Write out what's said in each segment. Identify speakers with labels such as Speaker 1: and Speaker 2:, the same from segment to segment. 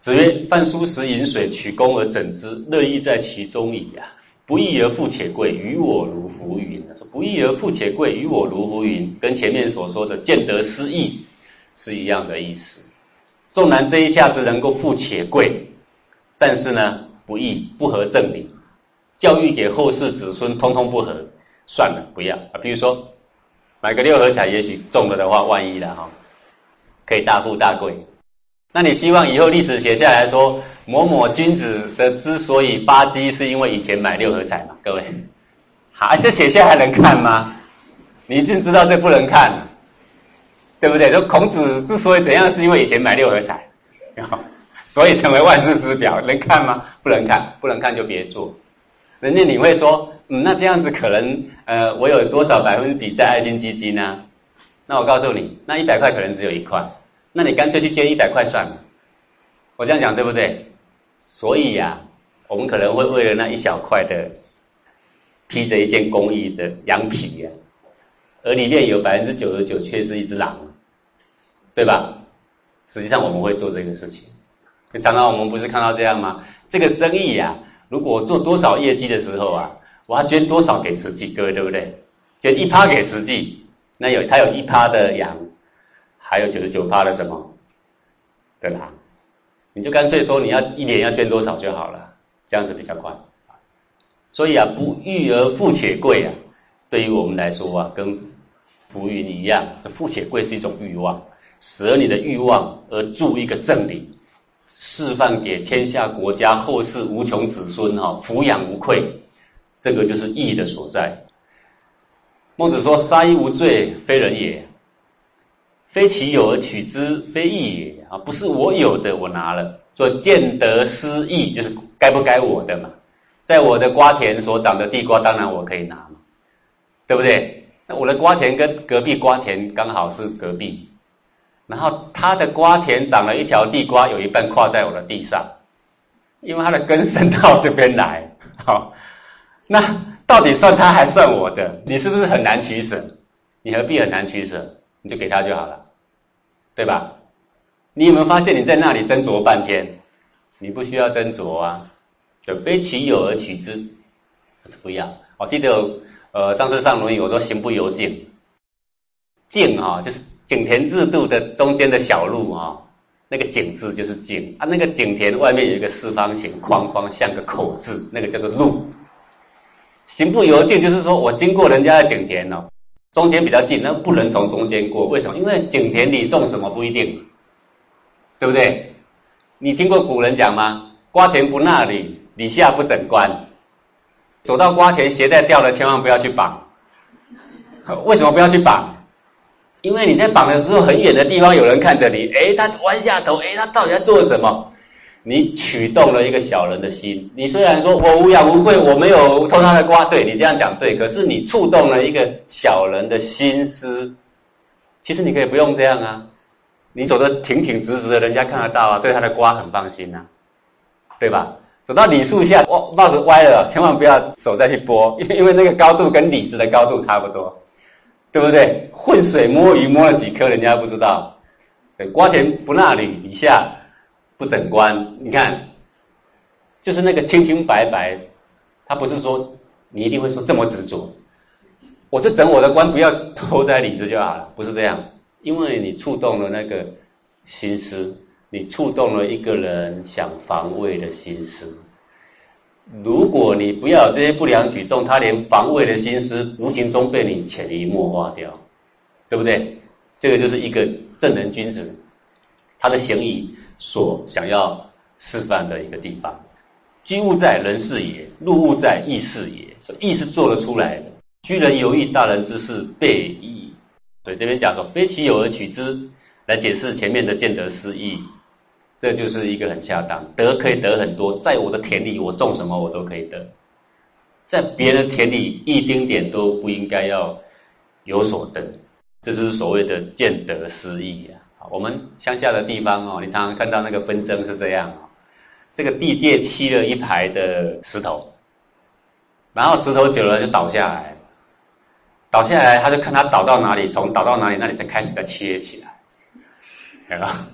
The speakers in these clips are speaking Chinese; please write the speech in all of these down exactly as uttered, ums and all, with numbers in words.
Speaker 1: 子曰：饭疏食饮水，取功而整之，乐亦在其中矣啊！不义而富且贵，于我如浮云。说不义而富且贵，于我如浮云，跟前面所说的见得失义是一样的意思。纵然这一下子能够富且贵，但是呢，不义，不合正理，教育给后世子孙通通不合，算了，不要啊。比如说买个六合彩，也许中了的话，万一了哈，可以大富大贵。那你希望以后历史写下来说，某某君子的之所以发迹，是因为以前买六合彩嘛？各位，好，这写下来能看吗？你一定知道这不能看，对不对？说孔子之所以怎样，是因为以前买六合彩，所以成为万世师表，能看吗？不能看，不能看就别做。人家你会说，嗯，那这样子可能，呃，我有多少百分比在爱心基金呢？那我告诉你，那一百块可能只有一块。那你干脆去捐一百块算了，我这样讲对不对？所以呀、啊，我们可能会为了那一小块的披着一件公益的羊皮呀、啊，而里面有百分之九十九却是一只狼，对吧？实际上我们会做这个事情。常常我们不是看到这样吗？这个生意呀、啊，如果做多少业绩的时候啊，我要捐多少给慈济，各位对不对？捐一趴给慈济，那有他有一趴的羊。还有 百分之九十九 的什么的狼，你就干脆说你要一年要捐多少就好了，这样子比较快。所以啊，不义而富且贵啊，对于我们来说啊，跟浮云一样，这富且贵是一种欲望，舍你的欲望而铸一个正理，示范给天下国家后世无穷子孙哈、哦，抚养无愧，这个就是义的所在。孟子说：杀一无罪，非人也。非其有而取之，非义也啊！不是我有的我拿了，所以见得失义，就是该不该我的嘛。在我的瓜田所长的地瓜，当然我可以拿嘛，对不对？那我的瓜田跟隔壁瓜田刚好是隔壁，然后他的瓜田长了一条地瓜，有一半跨在我的地上，因为他的根伸到这边来。好，那到底算他还算我的？你是不是很难取舍？你何必很难取舍？你就给他就好了，对吧？你有没有发现你在那里斟酌半天？你不需要斟酌啊，就非其有而取之，是不要。我记得呃上次上轮椅我说行不由径，径啊、哦、就是井田制度的中间的小路啊、哦，那个井字就是径啊，那个井田外面有一个四方形框框，像个口字，那个叫做路。行不由径就是说我经过人家的井田哦。中间比较近，那不能从中间过，为什么？因为井田里种什么不一定，对不对？你听过古人讲吗？瓜田不纳履，履下不整冠。走到瓜田，鞋带掉了，千万不要去绑。为什么不要去绑？因为你在绑的时候，很远的地方有人看着你，诶，他弯下头，诶，他到底在做什么？你取动了一个小人的心。你虽然说我无养无愧，我没有偷他的瓜，对，你这样讲对，可是你触动了一个小人的心思。其实你可以不用这样啊，你走得挺挺直直的，人家看得到啊，对他的瓜很放心啊，对吧？走到李树下，哇，帽子歪了，千万不要手再去拨，因为因为那个高度跟李子的高度差不多，对不对？浑水摸鱼摸了几颗，人家不知道。对，瓜田不纳履，以下不整冠，你看，就是那个清清白白，他不是说你一定会说这么执着，我就整我的冠，不要偷在里子就好了，不是这样，因为你触动了那个心思，你触动了一个人想防卫的心思。如果你不要有这些不良举动，他连防卫的心思无形中被你潜移默化掉，对不对？这个就是一个正人君子他的行仪所想要示范的一个地方。居物在人事也，入物在义事也。所以义是做得出来的，居人有义，大人之事备义。所以这边讲说非其有而取之，来解释前面的见得失义，这就是一个很恰当。得可以得很多，在我的田里我种什么我都可以得，在别人的田里一丁点都不应该要有所得，这就是所谓的见得失义啊。我们乡下的地方哦，你常常看到那个纷争是这样哦，这个地界砌了一排的石头，然后石头久了就倒下来，倒下来他就看他倒到哪里，从倒到哪里那里再开始再切起来，对吧？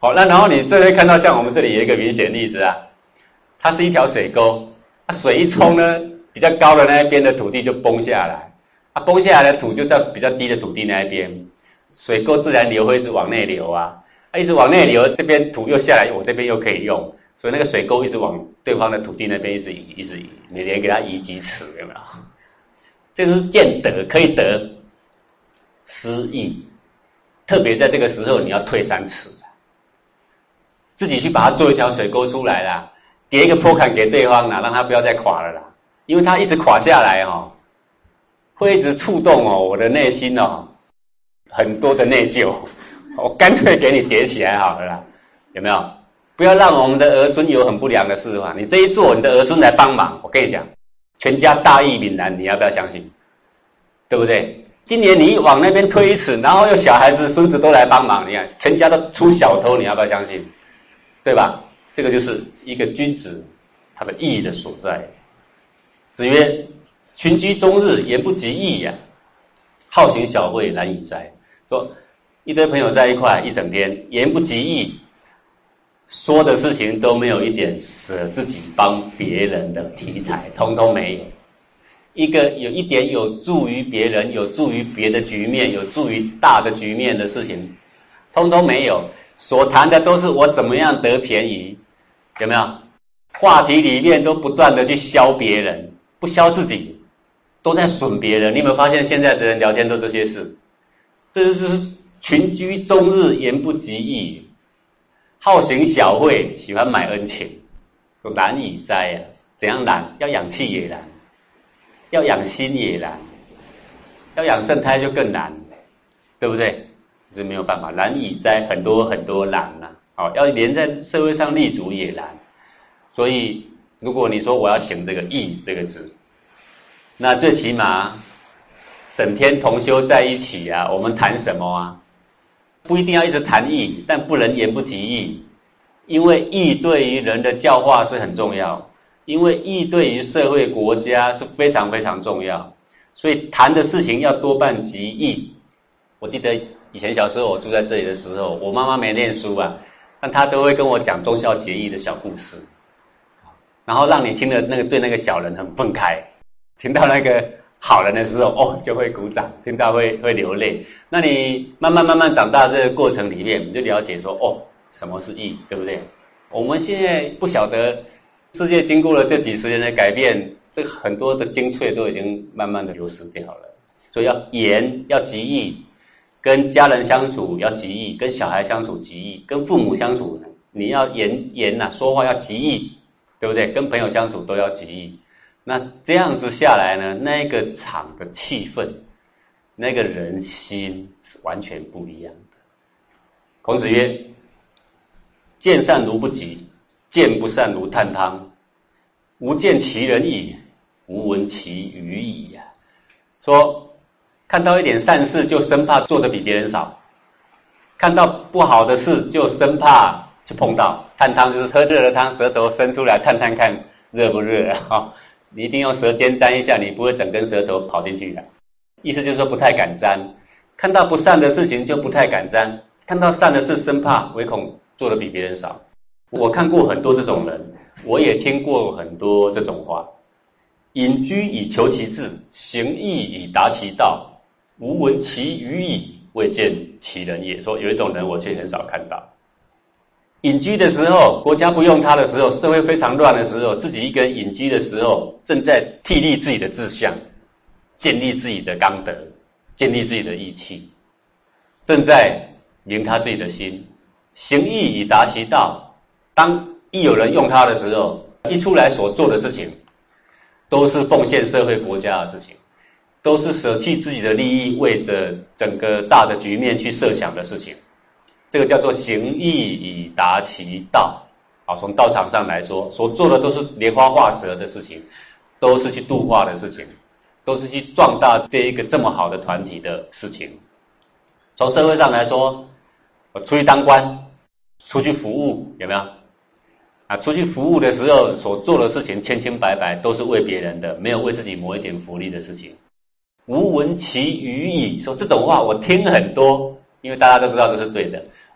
Speaker 1: 好，那然后你这边看到像我们这里有一个明显例子啊，它是一条水沟，它水一冲呢，比较高的那一边的土地就崩下来，它崩下来的土就在比较低的土地那一边，水沟自然流会一直往内流啊，它一直往内流，这边土又下来，我这边又可以用，所以那个水沟一直往对方的土地那边一直移，一直移，你连给它移几尺，有没有？这就是见得，可以得失义，特别在这个时候你要退三尺，自己去把它做一条水沟出来啦，叠一个坡坎给对方啦，让他不要再垮了啦，因为他一直垮下来哦，会一直触动哦我的内心哦，很多的内疚，我干脆给你叠起来好了啦，有没有？不要让我们的儿孙有很不良的示范，你这一做，你的儿孙来帮忙，我跟你讲。全家大义凛然，你要不要相信？对不对？今年你往那边推一尺，然后又小孩子、孙子都来帮忙，你看全家都出小偷，你要不要相信？对吧？这个就是一个君子他的义的所在。子曰：“群居终日，言不及义呀、啊；好行小惠，难以哉。”说一堆朋友在一块一整天，言不及义，说的事情都没有一点舍自己帮别人的题材，通通没有。一个有一点有助于别人、有助于别的局面、有助于大的局面的事情，通通没有。所谈的都是我怎么样得便宜，有没有？话题里面都不断的去削别人，不削自己，都在损别人。你有没有发现现在的人聊天都这些事？这就是群居终日，言不及义。好行小惠，喜欢买恩情，难以哉啊！怎样难？要养气也难，要养心也难，要养圣胎就更难，对不对？是没有办法，难以哉，很多很多难啊！好，要连在社会上立足也难。所以，如果你说我要行这个义这个字，那最起码整天同修在一起啊，我们谈什么啊？不一定要一直谈义，但不能言不及义，因为义对于人的教化是很重要，因为义对于社会国家是非常非常重要，所以谈的事情要多半及义。我记得以前小时候我住在这里的时候，我妈妈没念书啊，但她都会跟我讲忠孝节义的小故事，然后让你听了那个对那个小人很愤慨，听到那个好人的时候，哦，就会鼓掌，听到会会流泪。那你慢慢慢慢长大这个过程里面，你就了解说，哦，什么是义，对不对？我们现在不晓得，世界经过了这几十年的改变，这很多的精粹都已经慢慢的流失掉了。所以要言要及义，跟家人相处要及义，跟小孩相处及义，跟父母相处你要言言呐、啊，说话要及义，对不对？跟朋友相处都要及义。那这样子下来呢，那个场的气氛，那个人心是完全不一样的。孔子曰：“见善如不及，见不善如探汤。吾见其人矣，吾闻其语矣呀。”说看到一点善事，就生怕做的比别人少；看到不好的事，就生怕去碰到。探汤就是喝热的汤，舌头伸出来探探看热不热啊。哦，你一定用舌尖沾一下，你不会整根舌头跑进去的。意思就是说不太敢沾，看到不善的事情就不太敢沾，看到善的事生怕唯恐做的比别人少。我看过很多这种人，我也听过很多这种话：隐居以求其志，行义以达其道，吾闻其语矣，未见其人也。说有一种人我却很少看到。隐居的时候，国家不用他的时候，社会非常乱的时候，自己一个人隐居的时候，正在替立自己的志向，建立自己的刚德，建立自己的义气，正在明他自己的心，行义以达其道。当一有人用他的时候，一出来所做的事情，都是奉献社会国家的事情，都是舍弃自己的利益，为着整个大的局面去设想的事情。这个叫做行义以达其道。好，从道场上来说，所做的都是莲花化蛇的事情，都是去度化的事情，都是去壮大这一个这么好的团体的事情。从社会上来说，我出去当官，出去服务，有没有？啊，出去服务的时候所做的事情，千千百百都是为别人的，没有为自己谋一点福利的事情。吾闻其语矣，说这种话我听很多，因为大家都知道这是对的。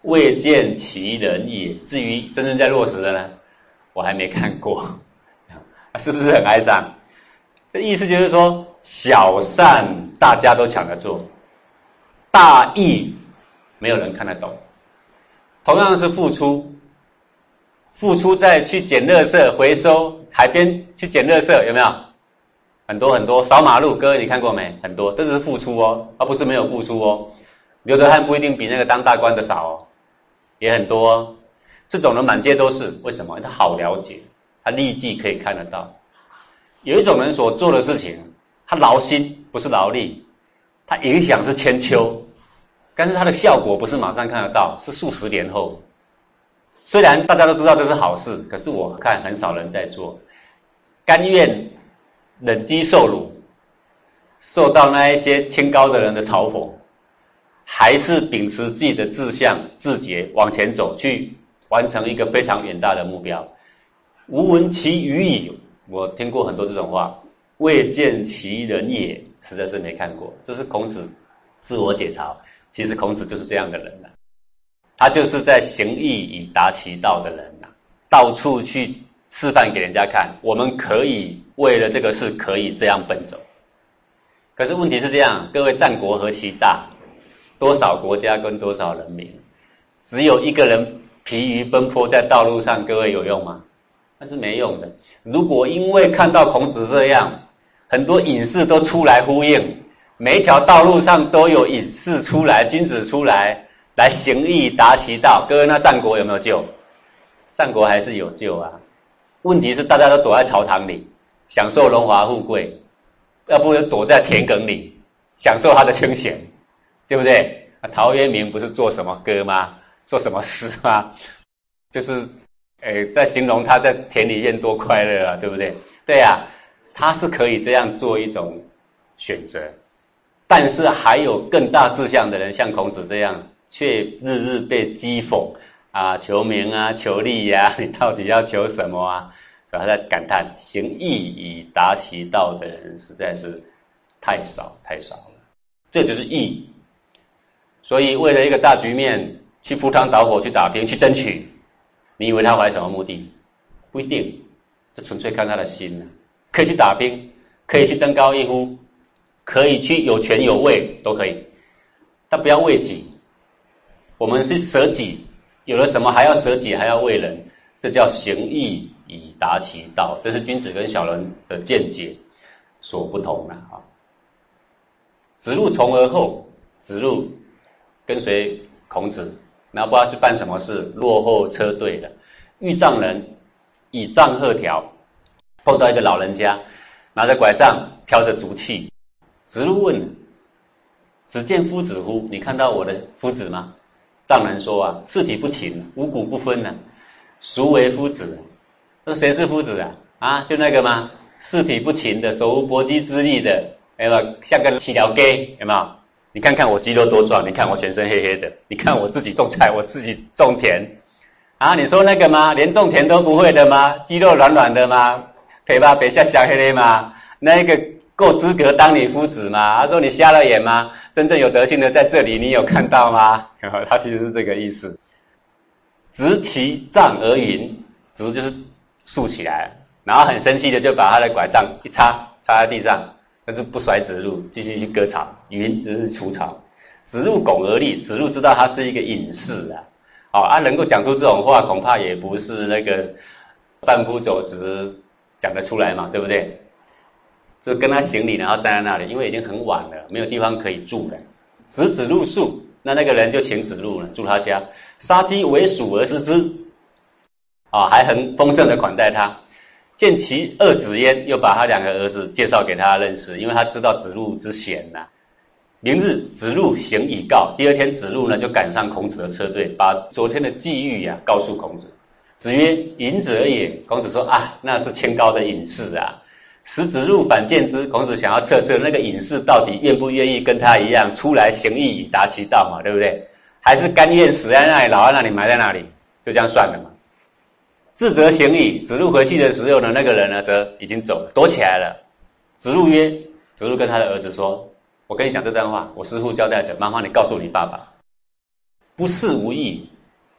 Speaker 1: 未见其人也。至于真正在落实的呢，我还没看过，是不是很哀伤？这意思就是说，小善大家都抢着做，大义没有人看得懂。同样是付出，付出在去捡垃圾、回收海边去捡垃圾，有没有？很多很多，扫马路，各位你看过没？很多，这只是付出哦，而不是没有付出哦。流的汗不一定比那个当大官的少哦，也很多哦。这种人满街都是，为什么？他好了解，他立即可以看得到。有一种人所做的事情，他劳心不是劳力，他影响是千秋，但是他的效果不是马上看得到，是数十年后。虽然大家都知道这是好事，可是我看很少人在做，甘愿忍饥受辱，受到那一些清高的人的嘲讽，还是秉持自己的志向志节往前走，去完成一个非常远大的目标。吾闻其语矣，我听过很多这种话，未见其人也，实在是没看过。这是孔子自我解嘲，其实孔子就是这样的人啊，他就是在行义以达其道的人啊，到处去示范给人家看，我们可以为了这个事可以这样奔走。可是问题是这样，各位，战国何其大，多少国家跟多少人民，只有一个人疲于奔波在道路上，各位有用吗？那是没用的。如果因为看到孔子这样，很多隐士都出来呼应，每一条道路上都有隐士出来，君子出来来行义达其道，各位，那战国有没有救？战国还是有救啊。问题是大家都躲在朝堂里享受荣华富贵，要不然躲在田埂里享受他的清闲，对不对？陶渊明不是做什么歌吗？做什么诗吗？就是诶，在形容他在田里面多快乐啊，对不对？对啊，他是可以这样做一种选择，但是还有更大志向的人，像孔子这样，却日日被讥讽啊，求名啊，求利呀、啊，你到底要求什么啊？所以他在感叹，行义以达其道的人实在是太少太少了，这就是义。所以为了一个大局面，去赴汤蹈火，去打拼，去争取，你以为他怀什么目的？不一定，这纯粹看他的心啊。可以去打拼，可以去登高一呼，可以去有权有位，都可以，但不要为己。我们是舍己，有了什么还要舍己，还要为人，这叫行义以达其道，这是君子跟小人的见解所不同的啊。子路从而后，子路跟随孔子，然后不知道是办什么事，落后车队了。遇丈人以杖贺条，碰到一个老人家拿着拐杖挑着竹器，子路问：子见夫子乎？你看到我的夫子吗？丈人说啊，赤体不勤，五谷不分啊，孰为夫子？说谁是夫子啊？啊，就那个吗？赤体不勤的，手无搏击之力的，有没有？像个起条鸡，有没有？你看看我肌肉多壮，你看我全身黑黑的，你看我自己种菜，我自己种田啊！你说那个吗？连种田都不会的吗？肌肉软软的吗？腿吧别下小黑黑吗？那个够资格当你夫子吗？他说你瞎了眼吗？真正有德性的在这里，你有看到吗？他其实是这个意思。执其杖而云，执就是竖起来，然后很生气的就把他的拐杖一插，插在地上。但是不甩子路，继续去割草，云只是除草。子路拱而立，子路知道他是一个隐士啊，好、哦、啊，能够讲出这种话，恐怕也不是那个贩夫走卒讲得出来嘛，对不对？就跟他行礼，然后站在那里，因为已经很晚了，没有地方可以住了。执子路宿，那那个人就请子路了，住他家，杀鸡为鼠而食之，啊、哦，还很丰盛的款待他。见其二子焉，又把他两个儿子介绍给他认识，因为他知道子路之贤呐、啊。明日子路行以告，第二天子路呢就赶上孔子的车队，把昨天的际遇呀、啊、告诉孔子。子曰：隐者也。孔子说啊，那是清高的隐士啊。使子路反见之，孔子想要测试那个隐士到底愿不愿意跟他一样出来行义以达其道嘛，对不对？还是甘愿死在那里，老在那里，埋在那里，就这样算了嘛。自责行矣。子路回去的时候呢，那个人呢则已经走了，躲起来了。子路曰：子路跟他的儿子说，我跟你讲这段话，我师父交代的，麻烦你告诉你爸爸，不是无益，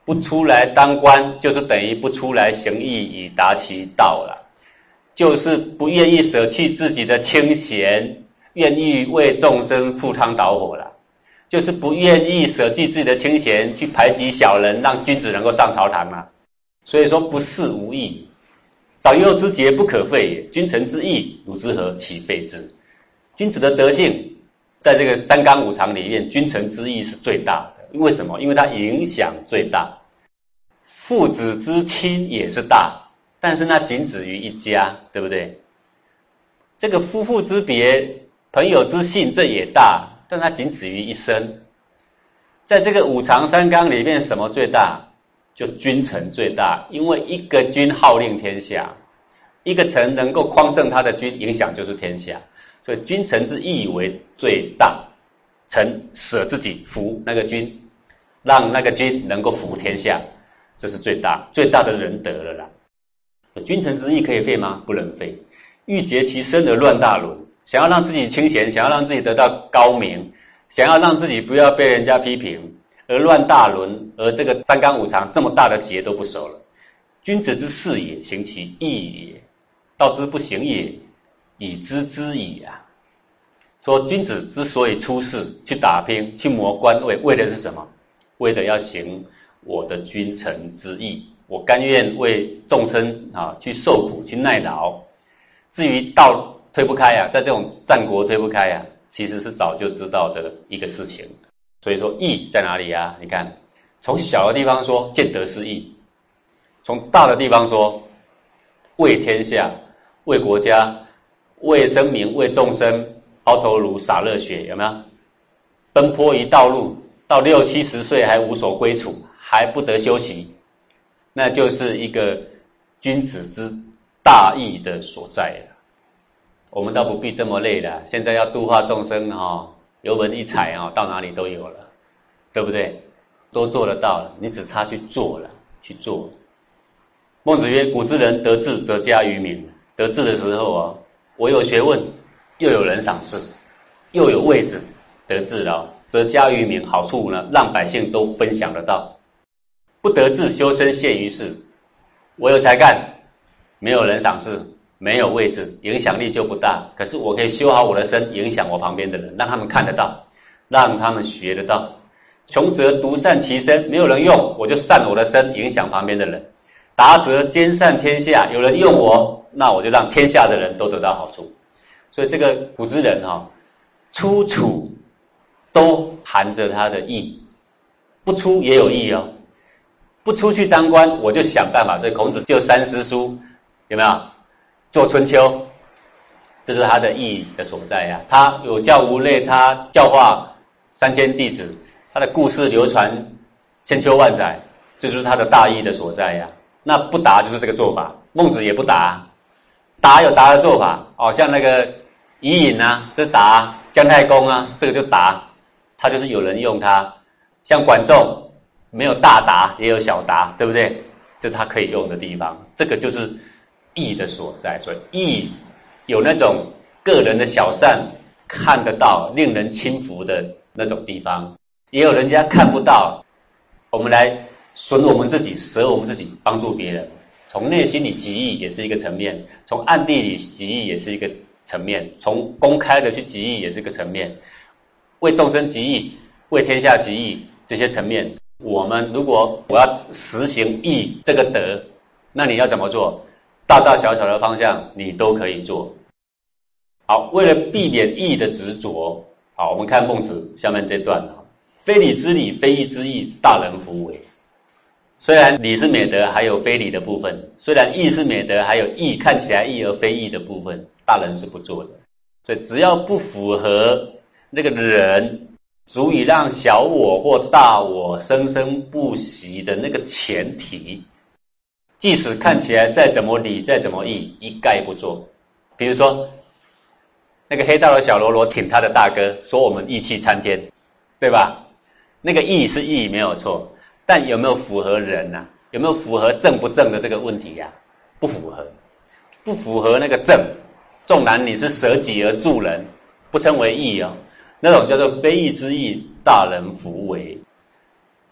Speaker 1: 不出来当官，就是等于不出来行义以达其道了，就是不愿意舍弃自己的清闲，愿意为众生赴汤蹈火了，就是不愿意舍弃自己的清闲去排挤小人，让君子能够上朝堂了。所以说不是无益，少幼之节不可废也，君臣之义，汝之何其废之？君子的德性，在这个三纲五常里面，君臣之义是最大的。为什么？因为它影响最大。父子之亲也是大，但是那仅止于一家，对不对？这个夫妇之别，朋友之信，这也大，但它仅止于一生。在这个五常三纲里面，什么最大？就君臣最大，因为一个君号令天下，一个臣能够匡正他的君，影响就是天下。所以君臣之义为最大，臣舍自己服那个君，让那个君能够服天下，这是最大最大的仁德了啦。君臣之义可以废吗？不能废。欲竭其身而乱大伦，想要让自己清闲，想要让自己得到高明，想要让自己不要被人家批评，而乱大伦，而这个三纲五常这么大的节都不守了。君子之事也，行其义也；道之不行也，以知之矣啊。说君子之所以出世去打拼去谋官位，为的是什么？为的要行我的君臣之义，我甘愿为众生啊去受苦去耐劳。至于道推不开啊，在这种战国推不开啊，其实是早就知道的一个事情。所以说义在哪里啊？你看，从小的地方说见得失义，从大的地方说为天下、为国家、为生民、为众生抛头颅洒热血，有没有？奔波一道路，到六七十岁还无所归处，还不得休息，那就是一个君子之大义的所在了。我们倒不必这么累了，现在要度化众生哦，油门一踩哦，到哪里都有了，对不对？都做得到了，你只差去做了，去做。孟子曰：“古之人得志则加于民。”得志的时候哦，我有学问，又有人赏识，又有位置，得志了、哦，则加于民，好处呢，让百姓都分享得到。不得志，修身陷于世。我有才干，没有人赏识，没有位置，影响力就不大。可是我可以修好我的身，影响我旁边的人，让他们看得到，让他们学得到。穷则独善其身，没有人用，我就善我的身，影响旁边的人。达则兼善天下，有人用我，那我就让天下的人都得到好处。所以这个古之人哦，出处都含着他的义，不出也有义哦。不出去当官，我就想办法。所以孔子就三思书，有没有？做春秋，这是他的义的所在呀、啊。他有教无类，他教化三千弟子，他的故事流传千秋万载，这就是他的大义的所在呀、啊。那不达就是这个做法，孟子也不达，达有达的做法，哦，像那个伊尹啊，这达；姜太公啊，这个就达，他就是有人用他。像管仲，没有大达，也有小达，对不对？这是他可以用的地方，这个就是义的所在。所以义有那种个人的小善看得到、令人亲服的那种地方，也有人家看不到，我们来损我们自己，舍我们自己，帮助别人。从内心里极义也是一个层面，从暗地里极义也是一个层面，从公开的去极义也是一个层面，为众生极义，为天下极义，这些层面，我们如果我要实行义这个德，那你要怎么做？大大小小的方向你都可以做。好，为了避免义的执着，好，我们看孟子下面这段，非礼之礼，非义之义，大人弗为。虽然礼是美德，还有非礼的部分；虽然义是美德，还有义看起来义而非义的部分，大人是不做的。所以只要不符合那个人足以让小我或大我生生不息的那个前提，即使看起来再怎么礼再怎么义，一概不做。比如说那个黑道的小喽啰挺他的大哥，说我们义气参天，对吧？那个义是义没有错，但有没有符合人啊？有没有符合正不正的这个问题呀、啊？不符合，不符合那个正。纵然你是舍己而助人，不称为义哦，那种叫做非义之义，大人弗为。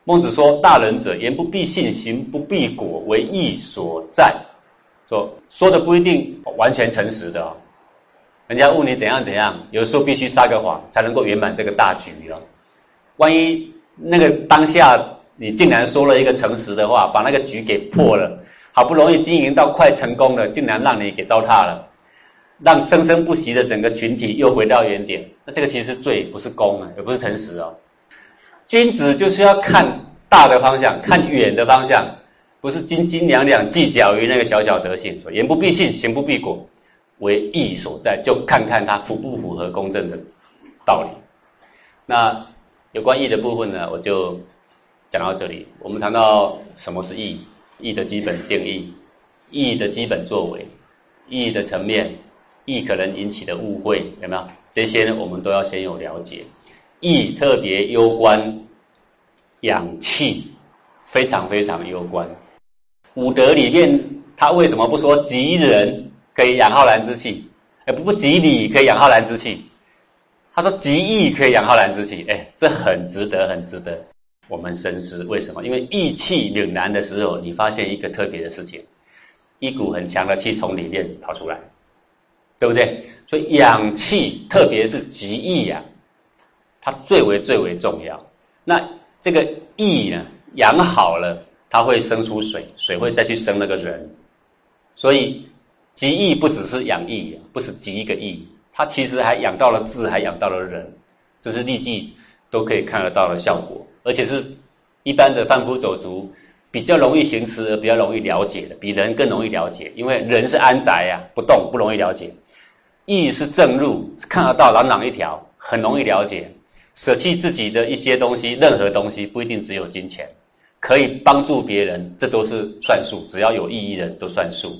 Speaker 1: 孟子说：“大人者，言不必信，行不必果，为义所在。”说说的不一定完全诚实的哦。人家问你怎样怎样，有时候必须撒个谎，才能够圆满这个大局哦。万一那个当下你竟然说了一个诚实的话，把那个局给破了，好不容易经营到快成功了，竟然让你给糟蹋了，让生生不息的整个群体又回到原点，那这个其实是罪，不是公啊，也不是诚实哦。君子就是要看大的方向，看远的方向，不是斤斤两两计较于那个小小德性。说言不必信，行不必果，为义所在，就看看它符不符合公正的道理。那有关义的部分呢，我就讲到这里。我们谈到什么是义，义的基本定义，义的基本作为，义的层面，义可能引起的误会，有没有？这些呢，我们都要先有了解。义特别攸关养气，非常非常攸关。五德里面，他为什么不说吉人可以养浩然之气，而不吉礼可以养浩然之气？他说吉义可以养浩然之气，哎，这很值得，很值得我们深思。为什么？因为义气岭南的时候，你发现一个特别的事情，一股很强的气从里面跑出来，对不对？所以养气，特别是吉义呀、啊，它最为最为重要。那这个义呢，养好了，它会生出水，水会再去生那个人。所以吉义不只是养义，不是吉一个义，它其实还养到了智，还养到了人，这是历纪都可以看得到的效果，而且是一般的贩夫走卒比较容易行持，比较容易了解的，比人更容易了解，因为人是安宅啊，不动，不容易了解。义是正路，看得到朗朗一条，很容易了解。舍弃自己的一些东西，任何东西不一定只有金钱，可以帮助别人，这都是算数，只要有意义的都算数。